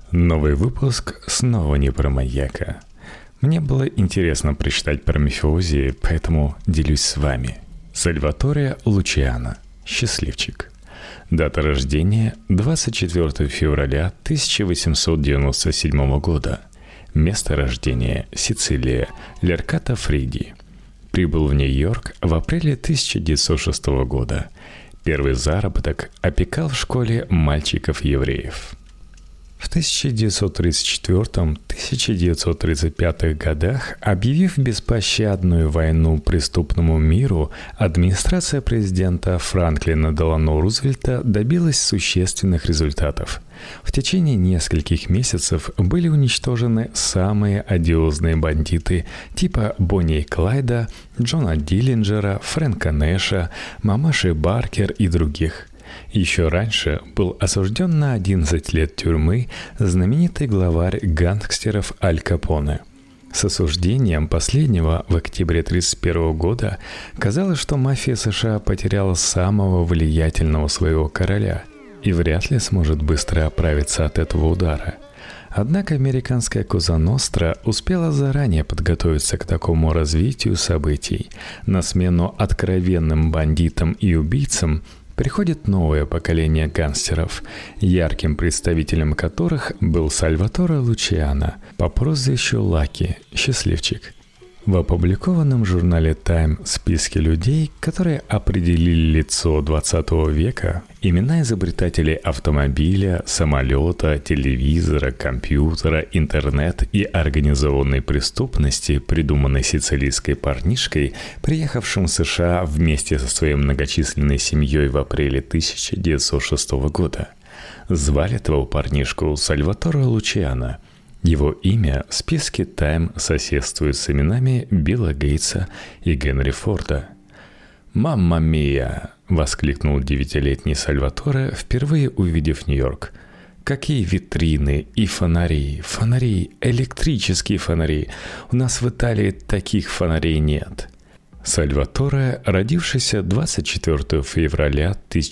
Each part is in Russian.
Новый выпуск снова не про маньяка. Мне было интересно прочитать про мафиози, поэтому делюсь с вами. Сальваторе Лучиано. Счастливчик. Дата рождения 24 февраля 1897 года. Место рождения Сицилия, Леркато Фриди. Прибыл в Нью-Йорк в апреле 1906 года. Первый заработок опекал в школе мальчиков-евреев. В 1934-1935 годах, объявив беспощадную войну преступному миру, администрация президента Франклина Делано Рузвельта добилась существенных результатов. В течение нескольких месяцев были уничтожены самые одиозные бандиты типа Бонни и Клайда, Джона Диллинджера, Фрэнка Нэша, Мамаши Баркер и других. Еще раньше был осужден на 11 лет тюрьмы знаменитый главарь гангстеров Аль Капоне. С осуждением последнего в октябре 1931 года казалось, что мафия США потеряла самого влиятельного своего короля и вряд ли сможет быстро оправиться от этого удара. Однако американская Коза Ностра успела заранее подготовиться к такому развитию событий. На смену откровенным бандитам и убийцам приходит новое поколение гангстеров, ярким представителем которых был Сальваторе Лучиано по прозвищу Лаки – Счастливчик. В опубликованном в журнале Time списке людей, которые определили лицо 20 века, имена изобретателей автомобиля, самолета, телевизора, компьютера, интернет и организованной преступности, придуманной сицилийской парнишкой, приехавшим в США вместе со своей многочисленной семьей в апреле 1906 года. Звали этого парнишку Сальваторе Лучиано. Его имя в списке Time соседствует с именами Билла Гейтса и Генри Форда. «Мамма мия!» — воскликнул 9-летний Сальваторе, впервые увидев Нью-Йорк. «Какие витрины и фонари! Фонари! Электрические фонари! У нас в Италии таких фонарей нет!» Сальваторе, родившийся 24 февраля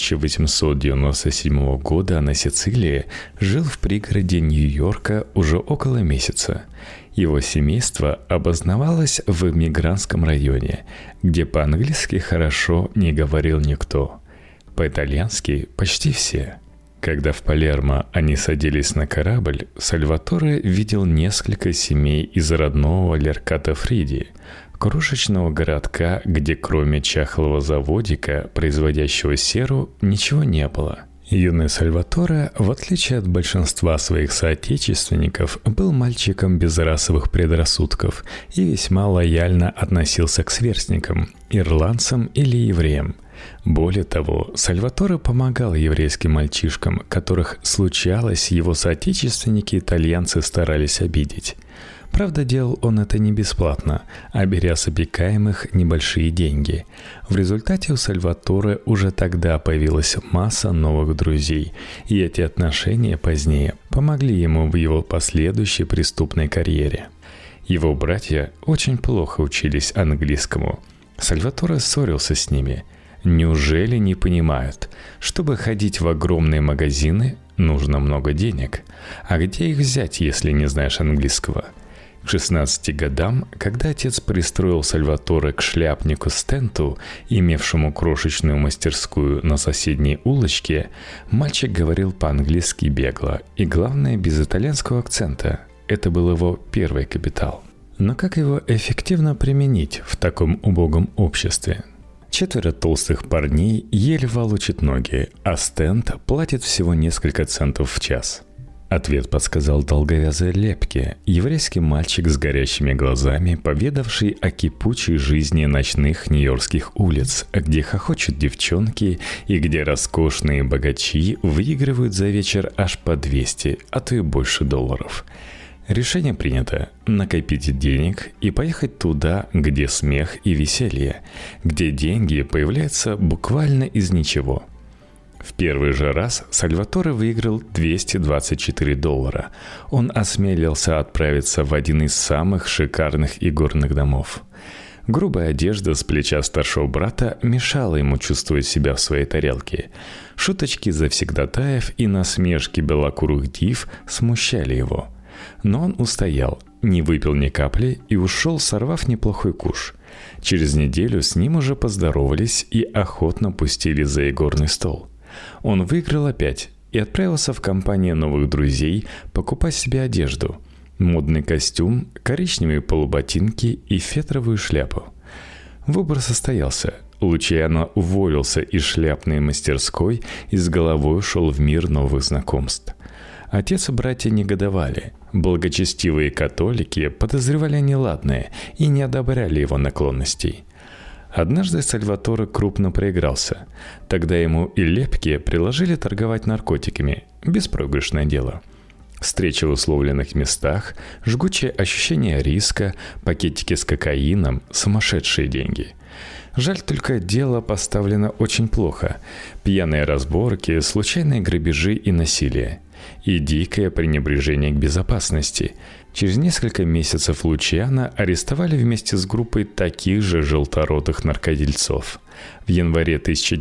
1897 года на Сицилии, жил в пригороде Нью-Йорка уже около месяца. Его семейство обосновалось в эмигрантском районе, где по-английски хорошо не говорил никто. По-итальянски почти все. Когда в Палермо они садились на корабль, Сальваторе видел несколько семей из родного Леркато Фриди, крошечного городка, где кроме чахлого заводика, производящего серу, ничего не было. Юный Сальваторе, в отличие от большинства своих соотечественников, был мальчиком без расовых предрассудков и весьма лояльно относился к сверстникам, ирландцам или евреям. Более того, Сальваторе помогал еврейским мальчишкам, которых случалось, его соотечественники-итальянцы старались обидеть. Правда, делал он это не бесплатно, а беря с опекаемых небольшие деньги. В результате у Сальваторе уже тогда появилась масса новых друзей, и эти отношения позднее помогли ему в его последующей преступной карьере. Его братья очень плохо учились английскому. Сальваторе ссорился с ними. Неужели не понимают, чтобы ходить в огромные магазины, нужно много денег? А где их взять, если не знаешь английского? К 16 годам, когда отец пристроил Сальваторе к шляпнику Стенту, имевшему крошечную мастерскую на соседней улочке, мальчик говорил по-английски бегло и, главное, без итальянского акцента. Это был его первый капитал. Но как его эффективно применить в таком убогом обществе? 4 толстых парней еле волочат ноги, а Стент платит всего несколько центов в час. Ответ подсказал долговязый Лепке, еврейский мальчик с горящими глазами, поведавший о кипучей жизни ночных нью-йоркских улиц, где хохочут девчонки и где роскошные богачи выигрывают за вечер аж по 200, а то и больше долларов. Решение принято – накопить денег и поехать туда, где смех и веселье, где деньги появляются буквально из ничего. В первый же раз Сальваторе выиграл $224. Он осмелился отправиться в один из самых шикарных игорных домов. Грубая одежда с плеча старшего брата мешала ему чувствовать себя в своей тарелке. Шуточки завсегдатаев и насмешки белокурых див смущали его. Но он устоял, не выпил ни капли и ушел, сорвав неплохой куш. Через неделю с ним уже поздоровались и охотно пустили за игорный стол. Он выиграл опять и отправился в компанию новых друзей покупать себе одежду. Модный костюм, коричневые полуботинки и фетровую шляпу. Выбор состоялся. Лучиано уволился из шляпной мастерской и с головой ушел в мир новых знакомств. Отец и братья негодовали. Благочестивые католики подозревали неладное и не одобряли его наклонностей. Однажды Сальваторе крупно проигрался. Тогда ему и Лепке предложили торговать наркотиками. Беспроигрышное дело. Встречи в условленных местах, жгучее ощущение риска, пакетики с кокаином, сумасшедшие деньги. Жаль только, дело поставлено очень плохо. Пьяные разборки, случайные грабежи и насилие. И дикое пренебрежение к безопасности. Через несколько месяцев Лучиано арестовали вместе с группой таких же желторотых наркодельцов. В январе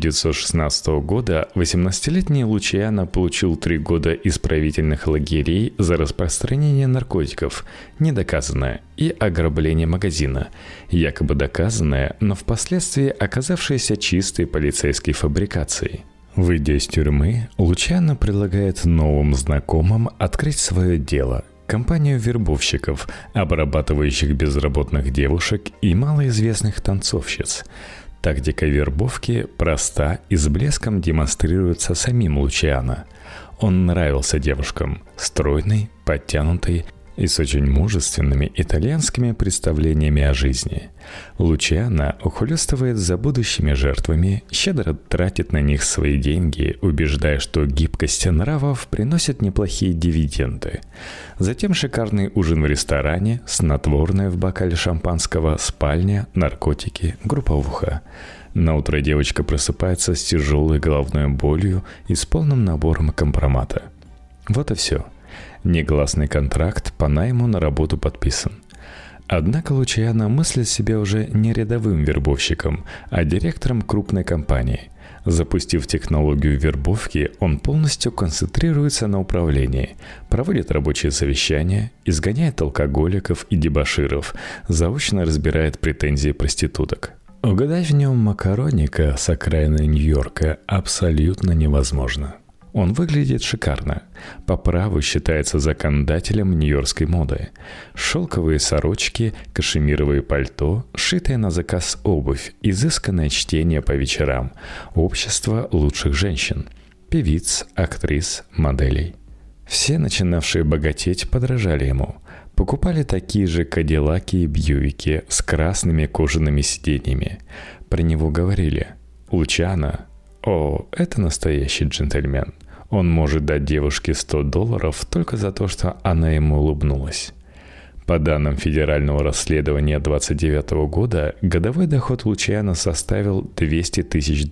1916 года 18-летний Лучиано получил 3 года исправительных лагерей за распространение наркотиков, недоказанное, и ограбление магазина, якобы доказанное, но впоследствии оказавшееся чистой полицейской фабрикацией. Выйдя из тюрьмы, Лучиано предлагает новым знакомым открыть свое дело – компанию вербовщиков, обрабатывающих безработных девушек и малоизвестных танцовщиц. Тактика вербовки проста и с блеском демонстрируется самим Лучиано. Он нравился девушкам, стройный, подтянутый и с очень мужественными итальянскими представлениями о жизни. Лучиано ухлёстывает за будущими жертвами, щедро тратит на них свои деньги, убеждая, что гибкость нравов приносит неплохие дивиденды. Затем шикарный ужин в ресторане, снотворное в бокале шампанского, спальня, наркотики, групповуха. Наутро девочка просыпается с тяжелой головной болью и с полным набором компромата. Вот и все. Негласный контракт по найму на работу подписан. Однако Лучиано мыслит себя уже не рядовым вербовщиком, а директором крупной компании. Запустив технологию вербовки, он полностью концентрируется на управлении, проводит рабочие совещания, изгоняет алкоголиков и дебоширов, заочно разбирает претензии проституток. Угадать в нем макароника с окраины Нью-Йорка абсолютно невозможно. Он выглядит шикарно. По праву считается законодателем нью-йоркской моды. Шелковые сорочки, кашемировые пальто, шитая на заказ обувь, изысканное чтение по вечерам, общество лучших женщин, певиц, актрис, моделей. Все начинавшие богатеть подражали ему. Покупали такие же кадиллаки и бьюики с красными кожаными сиденьями. Про него говорили: «Лучиано, о, это настоящий джентльмен. Он может дать девушке $100 только за то, что она ему улыбнулась». По данным федерального расследования 1929 года, годовой доход Лучиано составил $200 тысяч.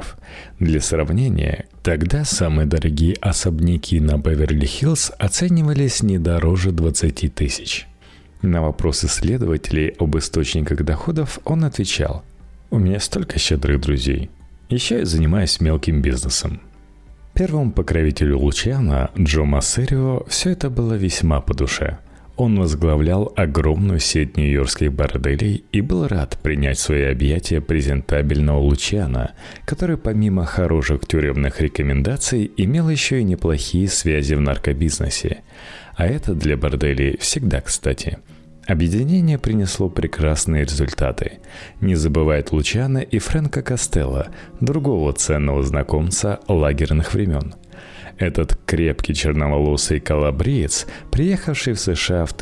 Для сравнения, тогда самые дорогие особняки на Беверли-Хиллз оценивались не дороже 20 тысяч. На вопросы следователей об источниках доходов он отвечал: «У меня столько щедрых друзей. Еще я занимаюсь мелким бизнесом». Первому покровителю Лучиано, Джо Массерио, все это было весьма по душе. Он возглавлял огромную сеть нью-йоркских борделей и был рад принять в свои объятия презентабельного Лучиано, который помимо хороших тюремных рекомендаций имел еще и неплохие связи в наркобизнесе. А это для борделей всегда кстати. Объединение принесло прекрасные результаты. Не забывает Лучиано и Фрэнко Костелло, другого ценного знакомца лагерных времен. Этот крепкий черноволосый калабриец, приехавший в США в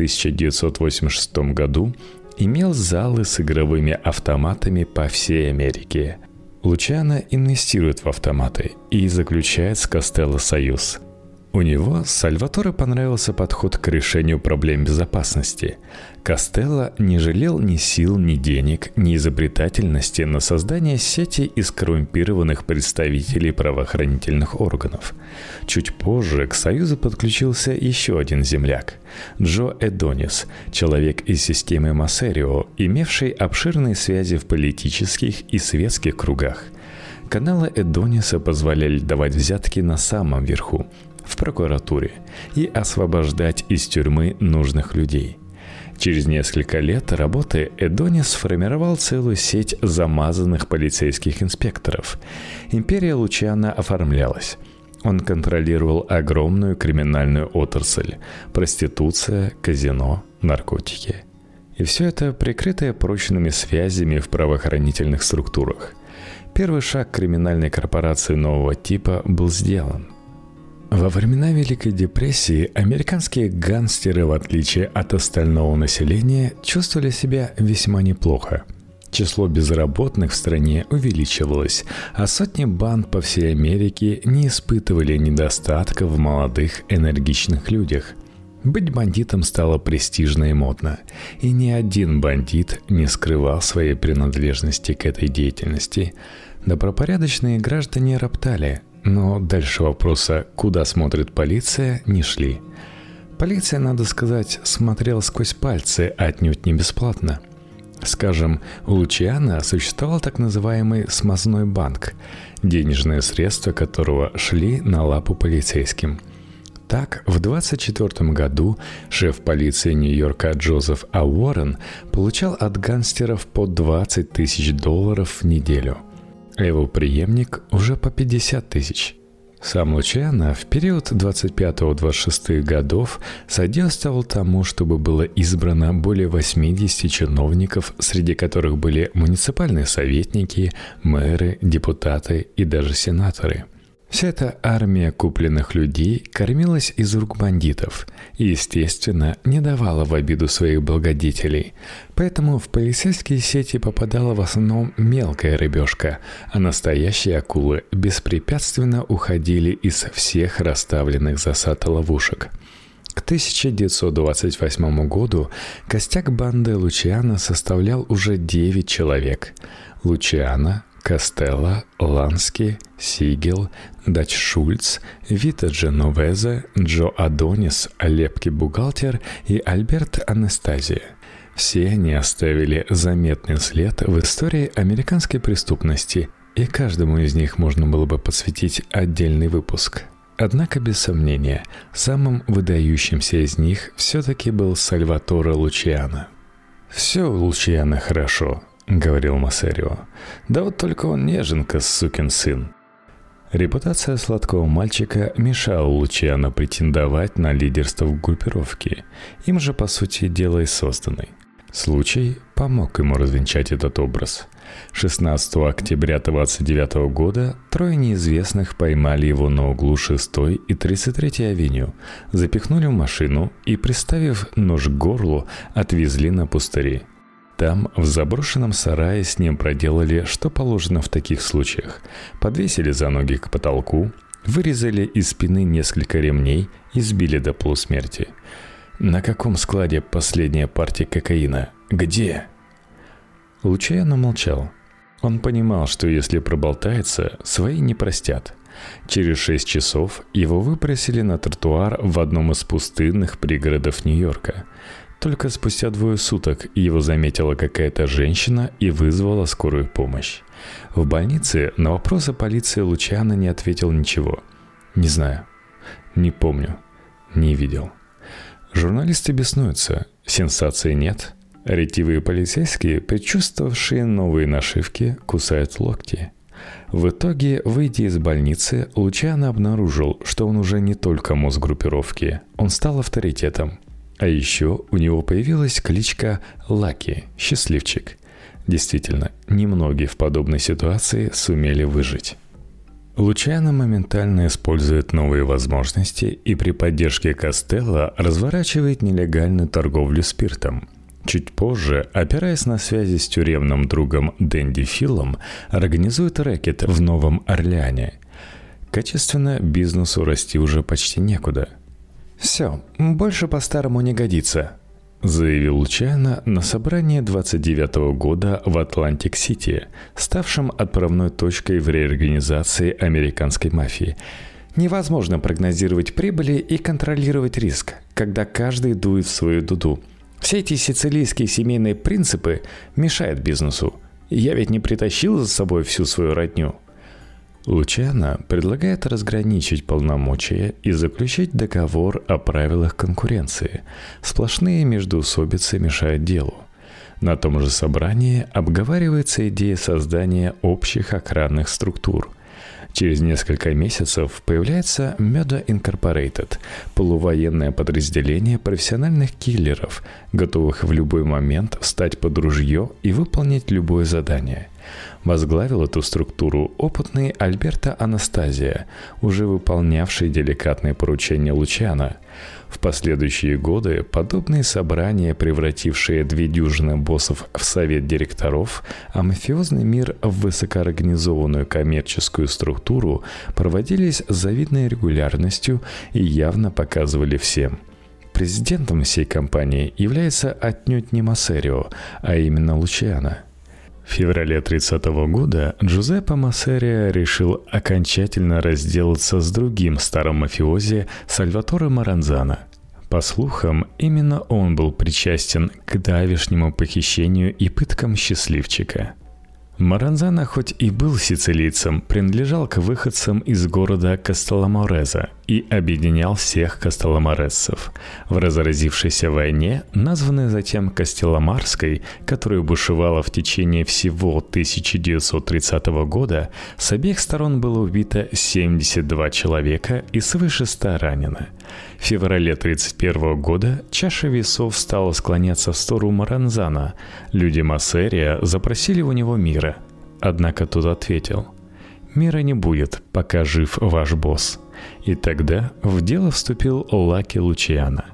1986 году, имел залы с игровыми автоматами по всей Америке. Лучиано инвестирует в автоматы и заключает с Костелло союз. У него Сальваторе понравился подход к решению проблем безопасности. Костелло не жалел ни сил, ни денег, ни изобретательности на создание сети из коррумпированных представителей правоохранительных органов. Чуть позже к союзу подключился еще один земляк – Джо Эдонис, человек из системы Массерио, имевший обширные связи в политических и светских кругах. Каналы Эдониса позволяли давать взятки на самом верху – в прокуратуре и освобождать из тюрьмы нужных людей. Через несколько лет работы Эдонис сформировал целую сеть замазанных полицейских инспекторов. Империя Лучано оформлялась. Он контролировал огромную криминальную отрасль – проституция, казино, наркотики. И все это прикрытое прочными связями в правоохранительных структурах. Первый шаг криминальной корпорации нового типа был сделан. Во времена Великой депрессии американские гангстеры, в отличие от остального населения, чувствовали себя весьма неплохо. Число безработных в стране увеличивалось, а сотни банд по всей Америке не испытывали недостатка в молодых, энергичных людях. Быть бандитом стало престижно и модно, и ни один бандит не скрывал своей принадлежности к этой деятельности. Добропорядочные граждане роптали, но дальше вопроса, куда смотрит полиция, не шли. Полиция, надо сказать, смотрела сквозь пальцы, отнюдь не бесплатно. Скажем, у Лучано существовал так называемый смазной банк, денежные средства которого шли на лапу полицейским. Так, в 1924 году шеф полиции Нью-Йорка Джозеф А. Уоррен получал от гангстеров по $20 тысяч в неделю, а его преемник уже по 50 тысяч. Сам Лучано в период 25-26 годов содействовал тому, чтобы было избрано более 80 чиновников, среди которых были муниципальные советники, мэры, депутаты и даже сенаторы. Вся эта армия купленных людей кормилась из рук бандитов и, естественно, не давала в обиду своих благодетелей. Поэтому в полицейские сети попадала в основном мелкая рыбешка, а настоящие акулы беспрепятственно уходили из всех расставленных засад и ловушек. К 1928 году костяк банды Лучано составлял уже 9 человек. Лучано, Костелло, Лански, Сигел, Дач Шульц, Вита Дженовезе, Джо Адонис, лепкий бухгалтер и Альберт Анастазия. Все они оставили заметный след в истории американской преступности, и каждому из них можно было бы посвятить отдельный выпуск. Однако, без сомнения, самым выдающимся из них все-таки был Сальваторе Лучано. «Все у Лучано хорошо», — говорил Массерио. «Да вот только он неженка, сукин сын». Репутация сладкого мальчика мешала Лучано претендовать на лидерство в группировке, им же, по сути дела, и созданной. Случай помог ему развенчать этот образ. 16 октября 1929 года трое неизвестных поймали его на углу 6-й и 33-й авеню, запихнули в машину и, приставив нож к горлу, отвезли на пустыри. Там, в заброшенном сарае, с ним проделали, что положено в таких случаях. Подвесили за ноги к потолку, вырезали из спины несколько ремней и сбили до полусмерти. «На каком складе последняя партия кокаина? Где?» Лучано молчал. Он понимал, что если проболтается, свои не простят. Через 6 часов его выбросили на тротуар в одном из пустынных пригородов Нью-Йорка. Только спустя 2 суток его заметила какая-то женщина и вызвала скорую помощь. В больнице на вопросы полиции Лучано не ответил ничего. «Не знаю. Не помню. Не видел». Журналисты беснуются. Сенсации нет. Ретивые полицейские, предчувствовавшие новые нашивки, кусают локти. В итоге, выйдя из больницы, Лучано обнаружил, что он уже не только мозг группировки, он стал авторитетом. А еще у него появилась кличка Лаки, счастливчик. Действительно, немногие в подобной ситуации сумели выжить. Лучано моментально использует новые возможности и при поддержке Костелло разворачивает нелегальную торговлю спиртом. Чуть позже, опираясь на связи с тюремным другом Дэнди Филом, организует рэкет в Новом Орлеане. Качественно бизнесу расти уже почти некуда. «Все, больше по-старому не годится», — заявил Лучано на собрании 29-го года в Атлантик-Сити, ставшем отправной точкой в реорганизации американской мафии. «Невозможно прогнозировать прибыли и контролировать риск, когда каждый дует в свою дуду. Все эти сицилийские семейные принципы мешают бизнесу. Я ведь не притащил за собой всю свою родню». Лучано предлагает разграничить полномочия и заключить договор о правилах конкуренции. Сплошные междоусобицы мешают делу. На том же собрании обговаривается идея создания общих охранных структур. Через несколько месяцев появляется Murder Incorporated, полувоенное подразделение профессиональных киллеров, готовых в любой момент встать под ружье и выполнить любое задание. Возглавил эту структуру опытный Альберто Анастазия, уже выполнявший деликатные поручения Лучано. В последующие годы подобные собрания, превратившие 2 боссов в совет директоров, а мафиозный мир в высокоорганизованную коммерческую структуру, проводились с завидной регулярностью и явно показывали всем. Президентом всей компании является отнюдь не Массерио, а именно Лучано. В феврале 30-го года Джузеппе Массерио решил окончательно разделаться с другим старым мафиози Сальваторе Маранзано. По слухам, именно он был причастен к давешнему похищению и пыткам счастливчика. Маранзано хоть и был сицилийцем, принадлежал к выходцам из города Кастелламорезо и объединял всех кастелламорезцев. В разразившейся войне, названной затем Кастелламарской, которая бушевала в течение всего 1930 года, с обеих сторон было убито 72 человека и свыше 100 ранено. В феврале 1931 года чаша весов стала склоняться в сторону Маранзано. Люди Массерио запросили у него мира. Однако тот ответил: «Мира не будет, пока жив ваш босс». И тогда в дело вступил Лаки Лучано.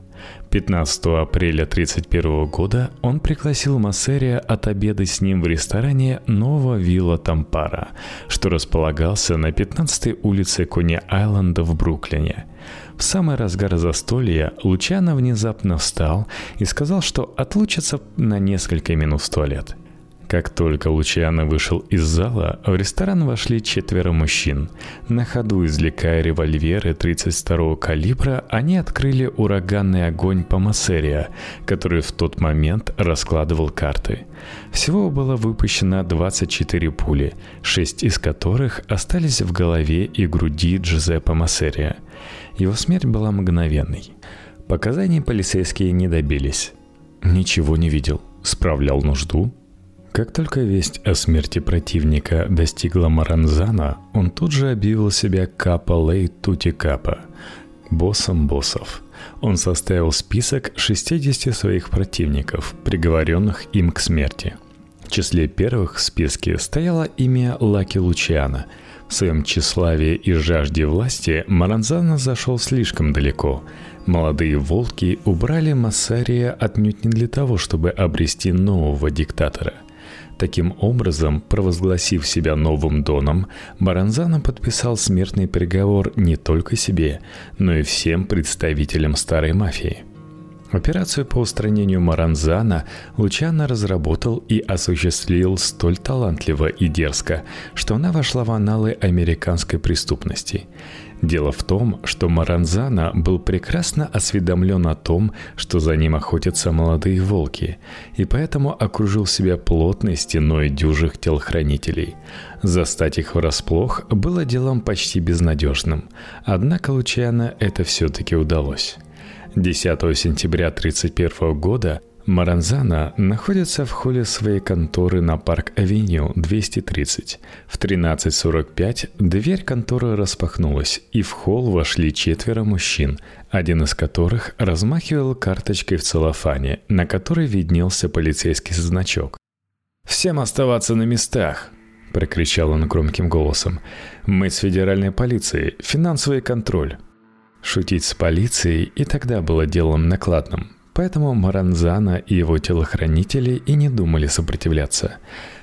15 апреля 1931 года он пригласил Массерио отобедать с ним в ресторане «Нова Вилла Тампара», что располагался на 15-й улице Кони-Айленда в Бруклине. В самый разгар застолья Лучано внезапно встал и сказал, что отлучится на несколько минут в туалет. Как только Лучано вышел из зала, в ресторан вошли 4 мужчин. На ходу извлекая револьверы 32-го калибра, они открыли ураганный огонь по Массерио, который в тот момент раскладывал карты. Всего было выпущено 24 пули, 6 из которых остались в голове и груди Джузеппе Массерио. Его смерть была мгновенной. Показаний полицейские не добились. «Ничего не видел. Справлял нужду». Как только весть о смерти противника достигла Маранзано, он тут же объявил себя Капо Лей Тути Капо, боссом боссов. Он составил список 60 своих противников, приговоренных им к смерти. В числе первых в списке стояло имя Лаки Лучано. В своем тщеславии и жажде власти Маранзано зашел слишком далеко. Молодые волки убрали Массерио отнюдь не для того, чтобы обрести нового диктатора. Таким образом, провозгласив себя новым доном, Маранзано подписал смертный приговор не только себе, но и всем представителям старой мафии. Операцию по устранению Маранзано Лучано разработал и осуществил столь талантливо и дерзко, что она вошла в анналы американской преступности. Дело в том, что Маранзано был прекрасно осведомлен о том, что за ним охотятся молодые волки, и поэтому окружил себя плотной стеной дюжих телохранителей. Застать их врасплох было делом почти безнадежным, однако Лучано это все-таки удалось. 10 сентября 1931 года Маранзано находится в холле своей конторы на Парк-авеню 230. В 13:45 дверь конторы распахнулась, и в холл вошли 4 мужчин, один из которых размахивал карточкой в целлофане, на которой виднелся полицейский значок. «Всем оставаться на местах!» – прокричал он громким голосом. «Мы с федеральной полицией, финансовый контроль». Шутить с полицией и тогда было делом накладным. Поэтому Маранзано и его телохранители и не думали сопротивляться.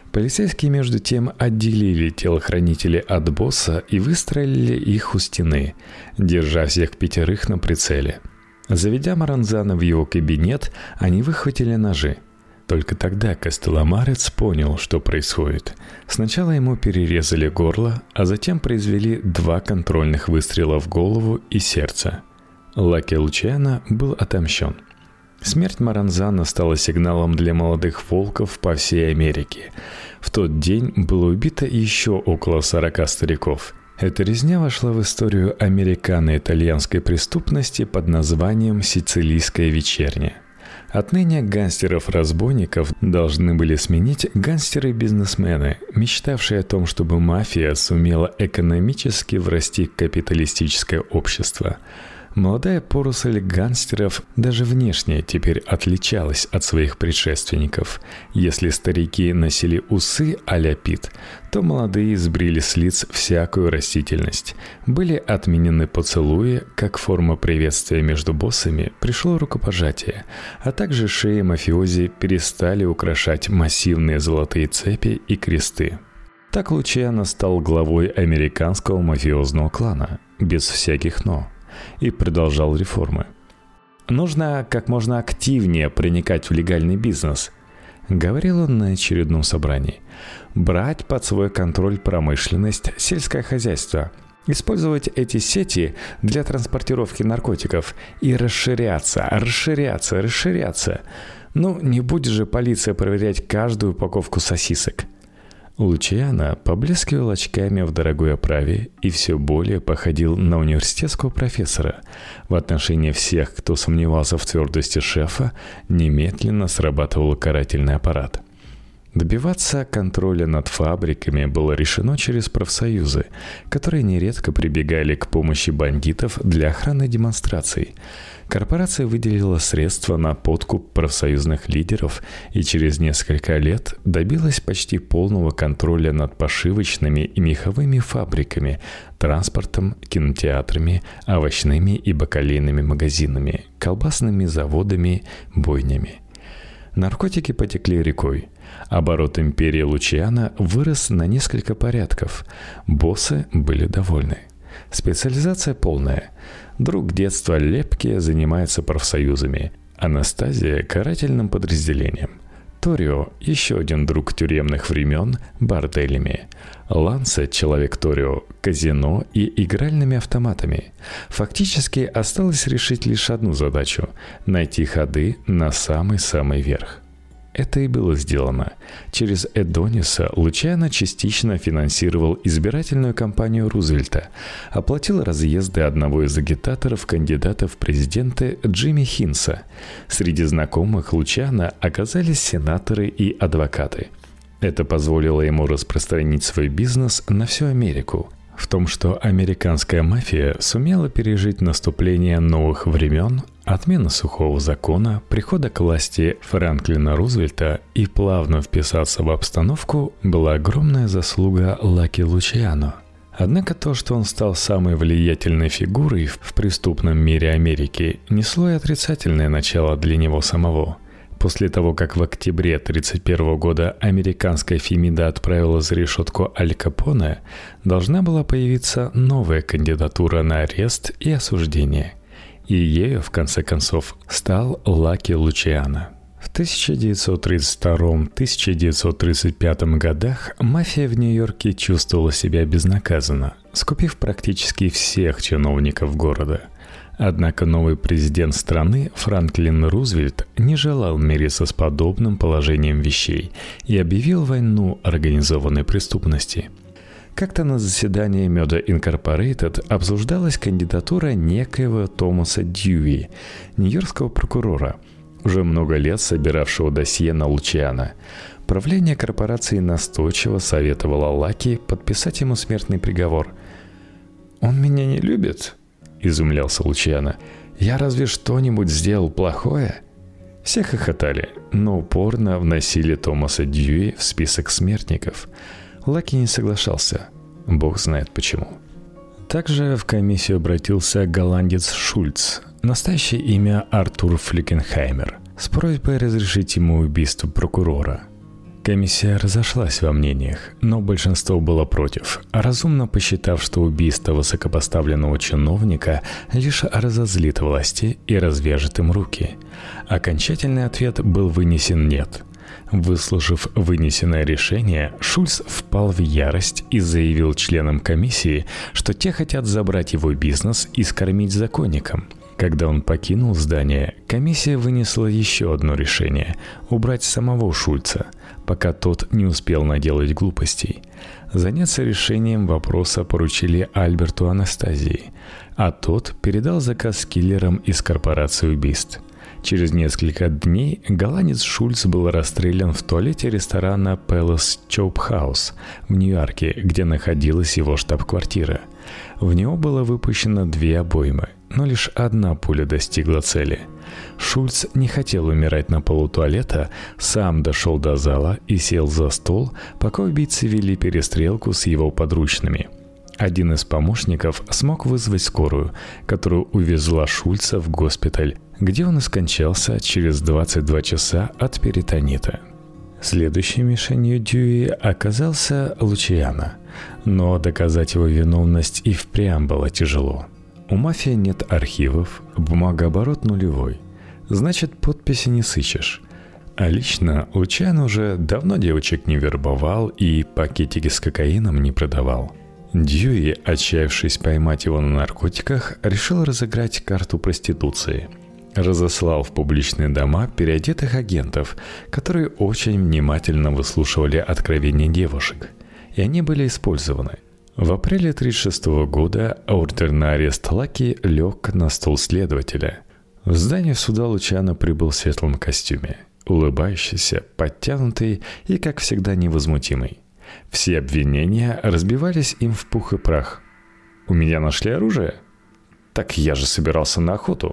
Полицейские, между тем, отделили телохранителей от босса и выстроили их у стены, держа всех 5 на прицеле. Заведя Маранзана в его кабинет, они выхватили ножи. Только тогда Костеломарец понял, что происходит. Сначала ему перерезали горло, а затем произвели 2 контрольных выстрела в голову и сердце. Лаки Лучиано был отомщен. Смерть Маранзана стала сигналом для молодых волков по всей Америке. В тот день было убито еще около 40 стариков. Эта резня вошла в историю американо-итальянской преступности под названием «Сицилийская вечерня». Отныне гангстеров-разбойников должны были сменить гангстеры-бизнесмены, мечтавшие о том, чтобы мафия сумела экономически врасти в капиталистическое общество. Молодая поросль гангстеров даже внешне теперь отличалась от своих предшественников. Если старики носили усы а-ля Пит, то молодые сбрили с лиц всякую растительность. Были отменены поцелуи, как форма приветствия между боссами пришло рукопожатие, а также шеи мафиози перестали украшать массивные золотые цепи и кресты. Так Лучиано стал главой американского мафиозного клана, без всяких «но», и продолжал реформы. «Нужно как можно активнее проникать в легальный бизнес», — говорил он на очередном собрании. «Брать под свой контроль промышленность, сельское хозяйство, использовать эти сети для транспортировки наркотиков и расширяться. Ну, не будет же полиция проверять каждую упаковку сосисок». Лучиано поблескивал очками в дорогой оправе и все более походил на университетского профессора. В отношении всех, кто сомневался в твердости шефа, немедленно срабатывал карательный аппарат. Добиваться контроля над фабриками было решено через профсоюзы, которые нередко прибегали к помощи бандитов для охраны демонстраций. Корпорация выделила средства на подкуп профсоюзных лидеров и через несколько лет добилась почти полного контроля над пошивочными и меховыми фабриками, транспортом, кинотеатрами, овощными и бакалейными магазинами, колбасными заводами, бойнями. Наркотики потекли рекой. Оборот империи Лучиано вырос на несколько порядков. Боссы были довольны. Специализация полная. Друг детства Лепке занимается профсоюзами. Анастазия – карательным подразделением. Торио – еще один друг тюремных времен – борделями. Лансе – человек Торио – казино и игральными автоматами. Фактически осталось решить лишь одну задачу – найти ходы на самый-самый верх. Это и было сделано. Через Эдониса Лучиано частично финансировал избирательную кампанию Рузвельта, оплатил разъезды одного из агитаторов кандидата в президенты Джимми Хинса. Среди знакомых Лучиано оказались сенаторы и адвокаты. Это позволило ему распространить свой бизнес на всю Америку. В том, что американская мафия сумела пережить наступление новых времен, отмену сухого закона, прихода к власти Франклина Рузвельта и плавно вписаться в обстановку, была огромная заслуга Лаки Лучиано. Однако то, что он стал самой влиятельной фигурой в преступном мире Америки, несло и отрицательное начало для него самого. После того, как в октябре 1931 года американская Фемида отправила за решетку Аль Капоне, должна была появиться новая кандидатура на арест и осуждение. И ею, в конце концов, стал Лаки Лучиано. В 1932-1935 годах мафия в Нью-Йорке чувствовала себя безнаказанно, скупив практически всех чиновников города. Однако новый президент страны Франклин Рузвельт не желал мириться с подобным положением вещей и объявил войну организованной преступности. Как-то на заседании Murder Incorporated обсуждалась кандидатура некоего Томаса Дьюи, нью-йоркского прокурора, уже много лет собиравшего досье на Лучиано. Правление корпорации настойчиво советовало Лаки подписать ему смертный приговор. «Он меня не любит?» — изумлялся Лучиано. «Я разве что-нибудь сделал плохое?» Все хохотали, но упорно вносили Томаса Дьюи в список смертников. Лаки не соглашался. Бог знает почему. Также в комиссию обратился голландец Шульц, настоящее имя Артур Фликенхаймер, с просьбой разрешить ему убийство прокурора. Комиссия разошлась во мнениях, но большинство было против, разумно посчитав, что убийство высокопоставленного чиновника лишь разозлит власти и развяжет им руки. Окончательный ответ был вынесен «нет». Выслушав вынесенное решение, Шульц впал в ярость и заявил членам комиссии, что те хотят забрать его бизнес и скормить законникам. Когда он покинул здание, комиссия вынесла еще одно решение – убрать самого Шульца, пока тот не успел наделать глупостей. Заняться решением вопроса поручили Альберту Анастазии, а тот передал заказ киллерам из корпорации убийств. Через несколько дней голландец Шульц был расстрелян в туалете ресторана Palace Chope House в Нью-Йорке, где находилась его штаб-квартира. В него было выпущено 2 обоймы, но лишь одна пуля достигла цели. Шульц не хотел умирать на полу туалета, сам дошел до зала и сел за стол, пока убийцы вели перестрелку с его подручными. Один из помощников смог вызвать скорую, которая увезла Шульца в госпиталь, где он и скончался через 22 часа от перитонита. Следующей мишенью Дьюи оказался Лучиано, но доказать его виновность и впрямь было тяжело. У мафии нет архивов, бумагооборот нулевой, значит, подписи не сыщешь. А лично Лучиано уже давно девочек не вербовал и пакетики с кокаином не продавал. Дьюи, отчаявшись поймать его на наркотиках, решил разыграть карту проституции. Разослал в публичные дома переодетых агентов, которые очень внимательно выслушивали откровения девушек, и они были использованы. В апреле 1936 года ордер на арест Лаки лег на стол следователя. В здание суда Лучиано прибыл в светлом костюме, улыбающийся, подтянутый и, как всегда, невозмутимый. Все обвинения разбивались им в пух и прах. «У меня нашли оружие? Так я же собирался на охоту».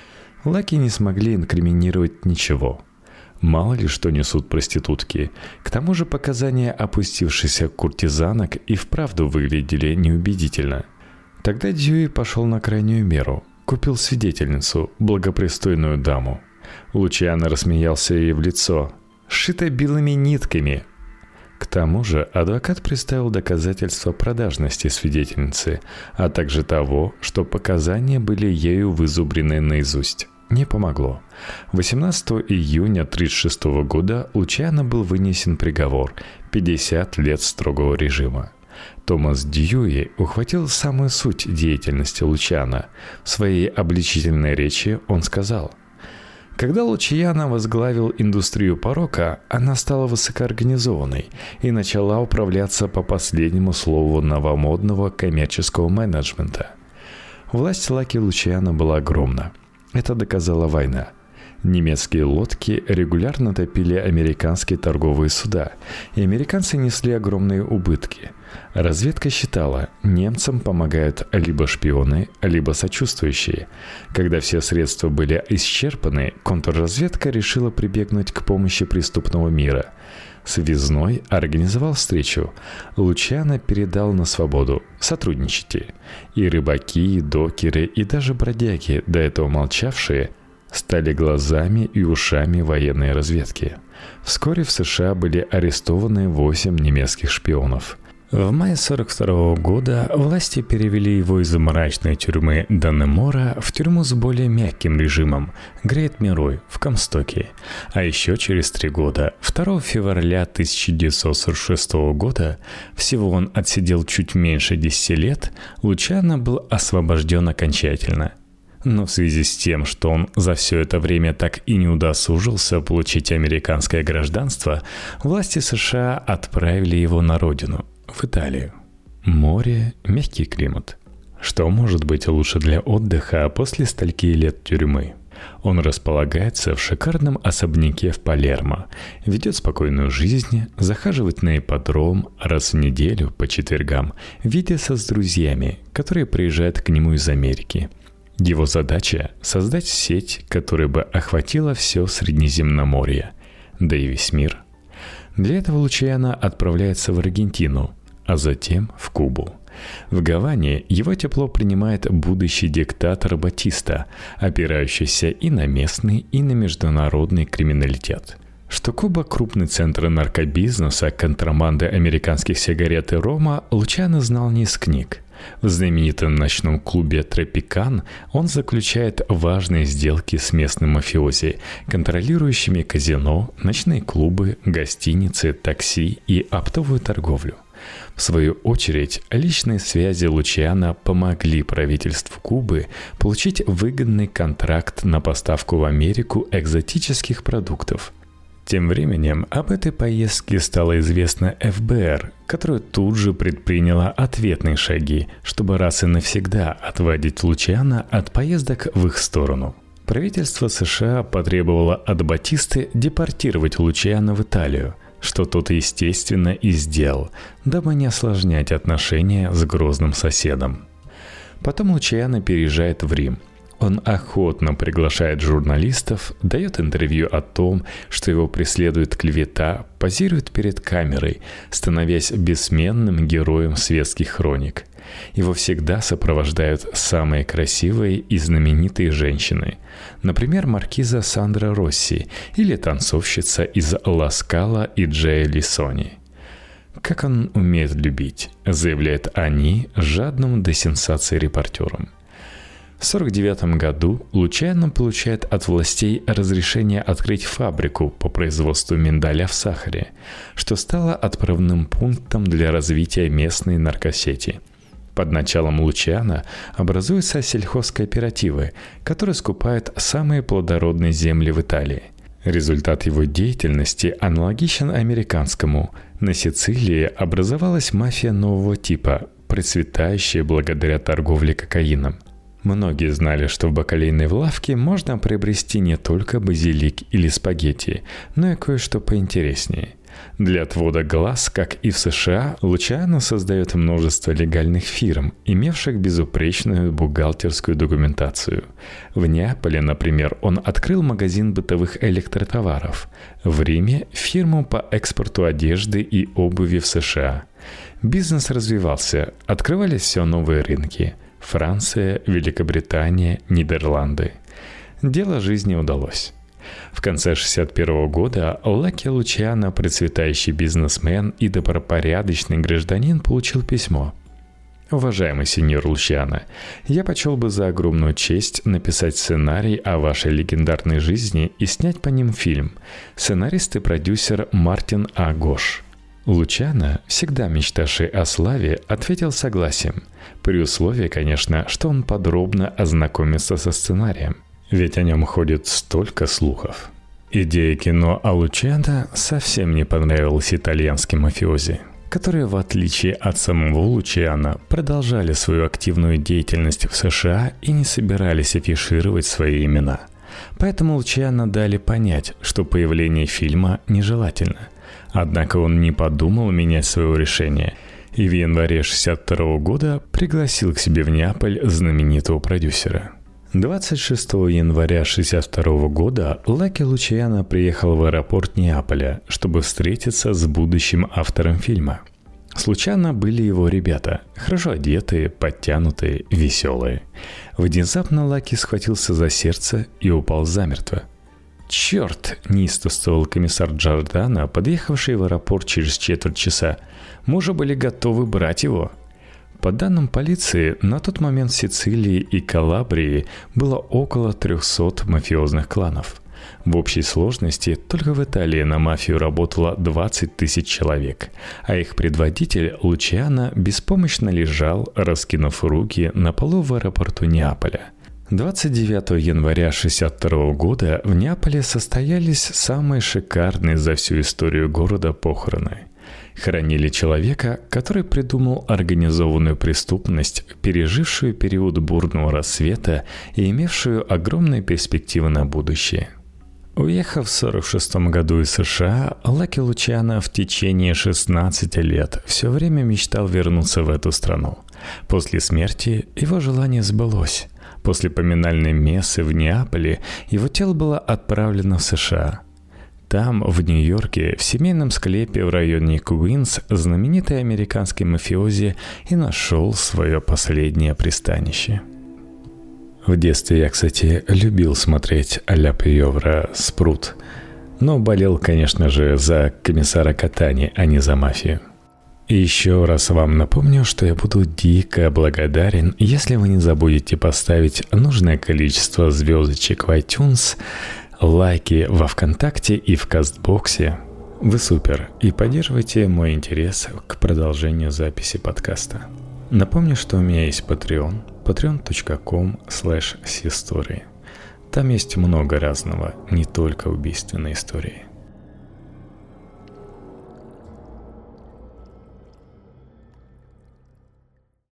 Лаки не смогли инкриминировать ничего. Мало ли что несут проститутки. К тому же показания опустившихся куртизанок и вправду выглядели неубедительно. Тогда Дьюи пошел на крайнюю меру. Купил свидетельницу, благопристойную даму. Лучиано рассмеялся ей в лицо. «Сшито белыми нитками». К тому же адвокат представил доказательства продажности свидетельницы, а также того, что показания были ею вызубрены наизусть. Не помогло. 18 июня 1936 года Лучиано был вынесен приговор – 50 лет строгого режима. Томас Дьюи ухватил самую суть деятельности Лучиано. В своей обличительной речи он сказал: «Когда Лучиано возглавил индустрию порока, она стала высокоорганизованной и начала управляться по последнему слову новомодного коммерческого менеджмента. Власть Лаки Лучиано была огромна. Это доказала война. Немецкие лодки регулярно топили американские торговые суда, и американцы несли огромные убытки. Разведка считала, немцам помогают либо шпионы, либо сочувствующие. Когда все средства были исчерпаны, контрразведка решила прибегнуть к помощи преступного мира. Связной организовал встречу. Лучиано передал на свободу: сотрудничайте. И рыбаки, и докеры, и даже бродяги, до этого молчавшие, стали глазами и ушами военной разведки. Вскоре в США были арестованы 8 немецких шпионов. В мае 1942 года власти перевели его из мрачной тюрьмы Даннемора в тюрьму с более мягким режимом – Грейт-Мирой в Комстоке. А еще через 3 года, 2 февраля 1946 года, всего он отсидел чуть меньше 10 лет, Лучиано был освобожден окончательно. Но в связи с тем, что он за все это время так и не удосужился получить американское гражданство, власти США отправили его на родину, в Италию. Море, мягкий климат. Что может быть лучше для отдыха после стольки лет тюрьмы? Он располагается в шикарном особняке в Палермо, ведет спокойную жизнь, захаживает на ипподром раз в неделю по четвергам, видится с друзьями, которые приезжают к нему из Америки. Его задача – создать сеть, которая бы охватила все Средиземноморье, да и весь мир. Для этого Лучиано отправляется в Аргентину, а затем в Кубу. В Гаване его тепло принимает будущий диктатор Батиста, опирающийся и на местный, и на международный криминалитет. Что Куба – крупный центр наркобизнеса, контрабанды американских сигарет и рома, Лучано знал не из книг. В знаменитом ночном клубе «Тропикан» он заключает важные сделки с местным мафиози, контролирующими казино, ночные клубы, гостиницы, такси и оптовую торговлю. В свою очередь, личные связи Лучано помогли правительству Кубы получить выгодный контракт на поставку в Америку экзотических продуктов. Тем временем об этой поездке стало известно ФБР, которое тут же предприняло ответные шаги, чтобы раз и навсегда отводить Лучано от поездок в их сторону. Правительство США потребовало от Батисты депортировать Лучано в Италию, что тот, естественно, и сделал, дабы не осложнять отношения с грозным соседом. Потом Лучано переезжает в Рим. Он охотно приглашает журналистов, дает интервью о том, что его преследует клевета, позирует перед камерой, становясь бессменным героем светских хроник. Его всегда сопровождают самые красивые и знаменитые женщины. Например, маркиза Сандра Росси или танцовщица из «Ла Скала» и Джея Лисони. «Как он умеет любить», заявляет они жадным до сенсаций репортерам. В 1949 году Лучано получает от властей разрешение открыть фабрику по производству миндаля в сахаре, что стало отправным пунктом для развития местной наркосети. Под началом Лучано образуются сельхозкооперативы, которые скупают самые плодородные земли в Италии. Результат его деятельности аналогичен американскому. На Сицилии образовалась мафия нового типа, процветающая благодаря торговле кокаином. Многие знали, что в бакалейной лавке можно приобрести не только базилик или спагетти, но и кое-что поинтереснее. Для отвода глаз, как и в США, Лучано создает множество легальных фирм, имевших безупречную бухгалтерскую документацию. В Неаполе, например, он открыл магазин бытовых электротоваров. В Риме – фирму по экспорту одежды и обуви в США. Бизнес развивался, открывались все новые рынки – Франция, Великобритания, Нидерланды. Дело жизни удалось. В конце 1961 года Лаки Лучано, процветающий бизнесмен и добропорядочный гражданин, получил письмо. «Уважаемый сеньор Лучано, я почел бы за огромную честь написать сценарий о вашей легендарной жизни и снять по ним фильм. Сценарист и продюсер Мартин А. Гош». Лучано, всегда мечтавший о славе, ответил согласием, при условии, конечно, что он подробно ознакомится со сценарием, ведь о нем ходит столько слухов. Идея кино о Лучано совсем не понравилась итальянским мафиози, которые, в отличие от самого Лучано, продолжали свою активную деятельность в США и не собирались афишировать свои имена. Поэтому Лучано дали понять, что появление фильма нежелательно. Однако он не подумал менять своего решения и в январе 1962 года пригласил к себе в Неаполь знаменитого продюсера. 26 января 1962 года Лаки Лучано приехал в аэропорт Неаполя, чтобы встретиться с будущим автором фильма. С Лучано были его ребята, хорошо одетые, подтянутые, веселые. Внезапно Лаки схватился за сердце и упал замертво. «Черт!» – неистовствовал комиссар Джордано, подъехавший в аэропорт через четверть часа. «Мы уже были готовы брать его». По данным полиции, на тот момент в Сицилии и Калабрии было около 300 мафиозных кланов. В общей сложности только в Италии на мафию работало 20 тысяч человек, а их предводитель Лучано беспомощно лежал, раскинув руки на полу в аэропорту Неаполя. 29 января 1962 года в Неаполе состоялись самые шикарные за всю историю города похороны. Хоронили человека, который придумал организованную преступность, пережившую период бурного рассвета и имевшую огромные перспективы на будущее. Уехав в 1946 году из США, Лаки Лучано в течение 16 лет все время мечтал вернуться в эту страну. После смерти его желание сбылось. После поминальной мессы в Неаполе его тело было отправлено в США. Там, в Нью-Йорке, в семейном склепе в районе Куинс, знаменитый американский мафиози и нашел свое последнее пристанище. В детстве я, кстати, любил смотреть «Ля Пьовра» «Спрут». Но болел, конечно же, за комиссара Катани, а не за мафию. И еще раз вам напомню, что я буду дико благодарен, если вы не забудете поставить нужное количество звездочек в iTunes, лайки во ВКонтакте и в Кастбоксе. Вы супер, и поддерживайте мой интерес к продолжению записи подкаста. Напомню, что у меня есть Patreon, patreon.com/SeaStory. Там есть много разного, не только убийственные истории.